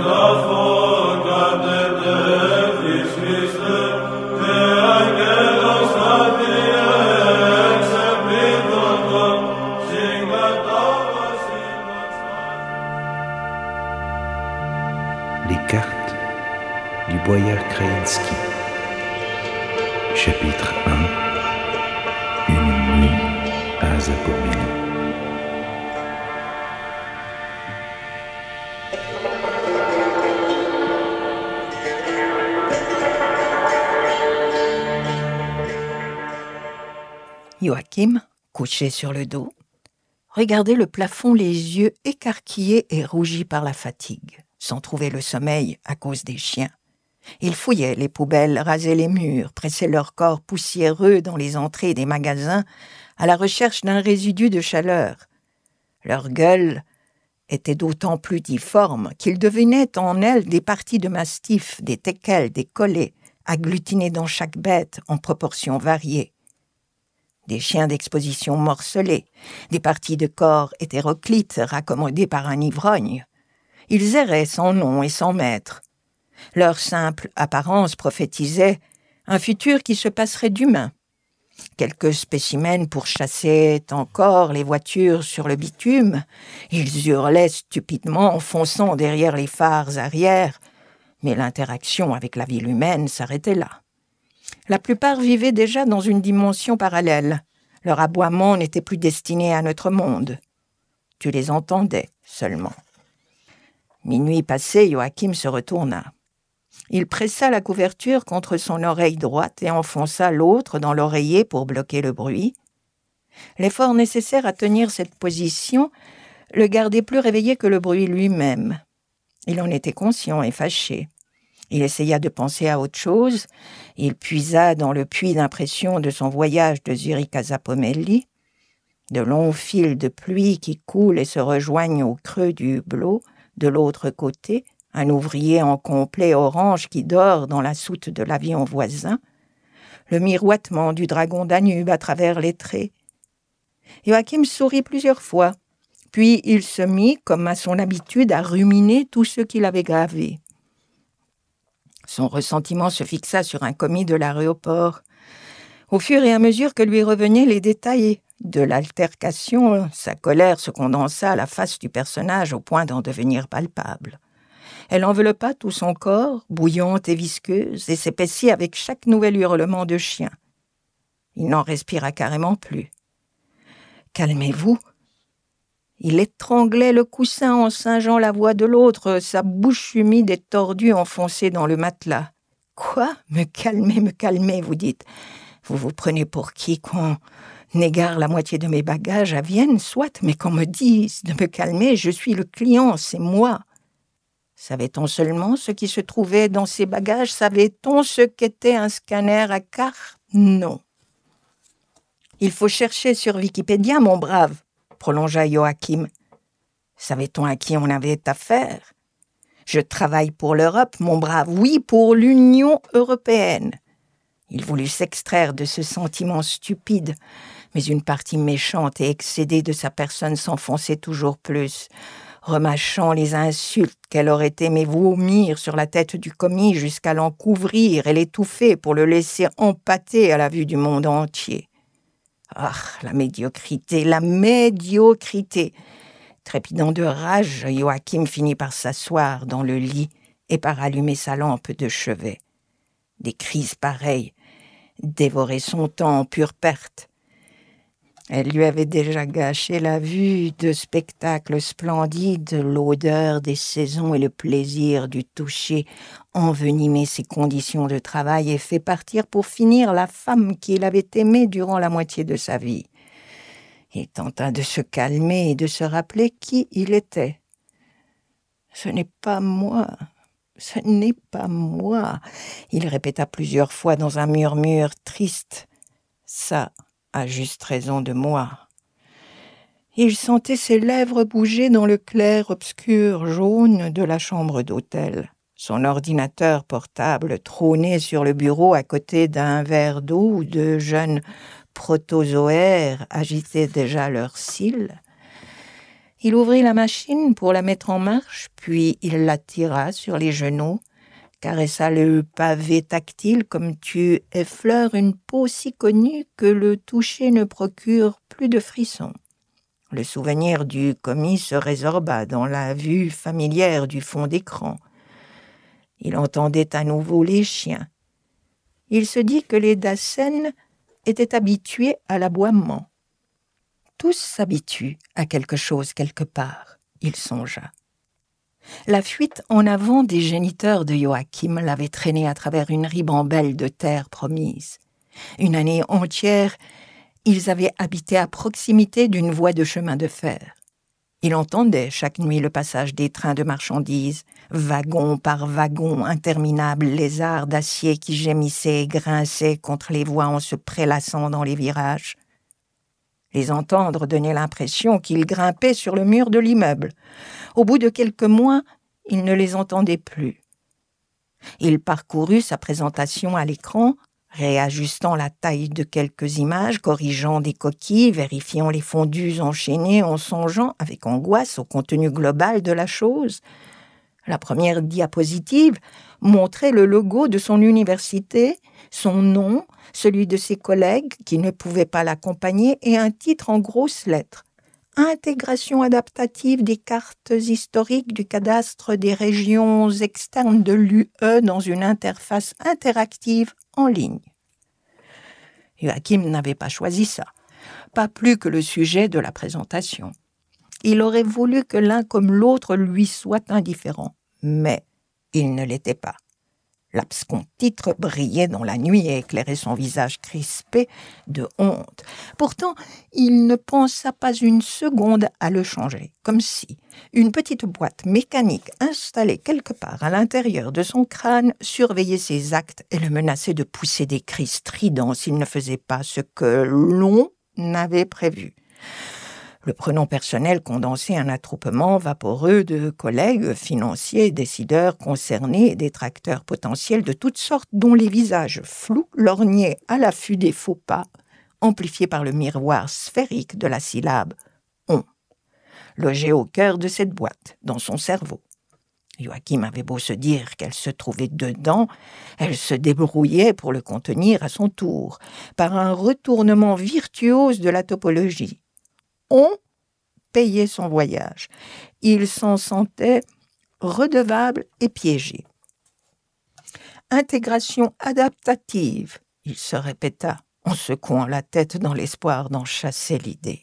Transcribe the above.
Les cartes du Boyar Kraïnski. Chapitre 1. Une nuit à Zapomélie. Joachim, couché sur le dos, regardait le plafond les yeux écarquillés et rougis par la fatigue, sans trouver le sommeil à cause des chiens. Il fouillait les poubelles, rasait les murs, pressait leur corps poussiéreux dans les entrées des magasins à la recherche d'un résidu de chaleur. Leur gueule était d'autant plus difforme qu'il devinait en elles des parties de mastif, des teckels, des collets, agglutinées dans chaque bête en proportions variées. Des chiens d'exposition morcelés, des parties de corps hétéroclites raccommodées par un ivrogne. Ils erraient sans nom et sans maître. Leur simple apparence prophétisait un futur qui se passerait d'humain. Quelques spécimens pourchassaient encore les voitures sur le bitume. Ils hurlaient stupidement en fonçant derrière les phares arrière, mais l'interaction avec la ville humaine s'arrêtait là. La plupart vivaient déjà dans une dimension parallèle. Leur aboiement n'était plus destiné à notre monde. Tu les entendais seulement. Minuit passé, Joachim se retourna. Il pressa la couverture contre son oreille droite et enfonça l'autre dans l'oreiller pour bloquer le bruit. L'effort nécessaire à tenir cette position le gardait plus réveillé que le bruit lui-même. Il en était conscient et fâché. Il essaya de penser à autre chose. Il puisa dans le puits d'impression de son voyage de Zurich à Zapomélie. De longs fils de pluie qui coulent et se rejoignent au creux du hublot. De l'autre côté, un ouvrier en complet orange qui dort dans la soute de l'avion voisin. Le miroitement du dragon Danube à travers les traits. Joachim sourit plusieurs fois. Puis il se mit, comme à son habitude, à ruminer tout ce qu'il avait gravé. Son ressentiment se fixa sur un commis de l'aéroport. Au fur et à mesure que lui revenaient les détails de l'altercation, sa colère se condensa à la face du personnage au point d'en devenir palpable. Elle enveloppa tout son corps, bouillante et visqueuse, et s'épaissit avec chaque nouvel hurlement de chien. Il n'en respira carrément plus. « Calmez-vous !» Il étranglait le coussin en singeant la voix de l'autre, sa bouche humide et tordue enfoncée dans le matelas. « Quoi ? Me calmer, vous dites. Vous vous prenez pour qui qu'on égare la moitié de mes bagages à Vienne, soit, mais qu'on me dise de me calmer, je suis le client, c'est moi. » Savait-on seulement ce qui se trouvait dans ces bagages? Savait-on ce qu'était un scanner à carte? Non. « Il faut chercher sur Wikipédia, mon brave, » prolongea Joachim. Savait-on à qui on avait affaire? Je travaille pour l'Europe, mon brave, oui, pour l'Union européenne. Il voulut s'extraire de ce sentiment stupide, mais une partie méchante et excédée de sa personne s'enfonçait toujours plus, remâchant les insultes qu'elle aurait aimé vomir sur la tête du commis jusqu'à l'en couvrir et l'étouffer pour le laisser empâter à la vue du monde entier. Ah, la médiocrité! Trépidant de rage, Joachim finit par s'asseoir dans le lit et par allumer sa lampe de chevet. Des crises pareilles dévoraient son temps en pure perte. Elle lui avait déjà gâché la vue de spectacles splendides, l'odeur des saisons et le plaisir du toucher, envenimé ses conditions de travail et fait partir pour finir la femme qu'il avait aimée durant la moitié de sa vie. Il tenta de se calmer et de se rappeler qui il était. « Ce n'est pas moi, il répéta plusieurs fois dans un murmure triste. « Ça a juste raison de moi. » Il sentait ses lèvres bouger dans le clair obscur jaune de la chambre d'hôtel. Son ordinateur portable trônait sur le bureau à côté d'un verre d'eau où de jeunes protozoaires agitaient déjà leurs cils. Il ouvrit la machine pour la mettre en marche, puis il la tira sur les genoux, caressa le pavé tactile comme tu effleures une peau si connue que le toucher ne procure plus de frissons. Le souvenir du commis se résorba dans la vue familière du fond d'écran. Il entendait à nouveau les chiens. Il se dit que les Dassen étaient habitués à l'aboiement. Tous s'habituent à quelque chose quelque part, il songea. La fuite en avant des géniteurs de Joachim l'avait traîné à travers une ribambelle de terre promise. Une année entière, ils avaient habité à proximité d'une voie de chemin de fer. Il entendait chaque nuit le passage des trains de marchandises, wagon par wagon interminables, lézards d'acier qui gémissaient et grinçaient contre les voies en se prélassant dans les virages. Les entendre donnait l'impression qu'ils grimpaient sur le mur de l'immeuble. Au bout de quelques mois, il ne les entendait plus. Il parcourut sa présentation à l'écran, réajustant la taille de quelques images, corrigeant des coquilles, vérifiant les fondus enchaînés en songeant avec angoisse au contenu global de la chose. La première diapositive montrait le logo de son université, son nom, celui de ses collègues qui ne pouvaient pas l'accompagner et un titre en grosses lettres. Intégration adaptative des cartes historiques du cadastre des régions externes de l'UE dans une interface interactive en ligne. Joachim n'avait pas choisi ça, pas plus que le sujet de la présentation. Il aurait voulu que l'un comme l'autre lui soit indifférent, mais il ne l'était pas. L'abscon titre brillait dans la nuit et éclairait son visage crispé de honte. Pourtant, il ne pensa pas une seconde à le changer, comme si une petite boîte mécanique installée quelque part à l'intérieur de son crâne surveillait ses actes et le menaçait de pousser des cris stridents s'il ne faisait pas ce que l'on avait prévu. Le pronom personnel condensait un attroupement vaporeux de collègues, financiers, décideurs concernés et détracteurs potentiels de toutes sortes dont les visages flous lorgnaient à l'affût des faux pas, amplifiés par le miroir sphérique de la syllabe « on », logé au cœur de cette boîte, dans son cerveau. Joachim avait beau se dire qu'elle se trouvait dedans, elle se débrouillait pour le contenir à son tour, par un retournement virtuose de la topologie. On payait son voyage. Il s'en sentait redevable et piégé. Intégration adaptative, il se répéta, en secouant la tête dans l'espoir d'en chasser l'idée.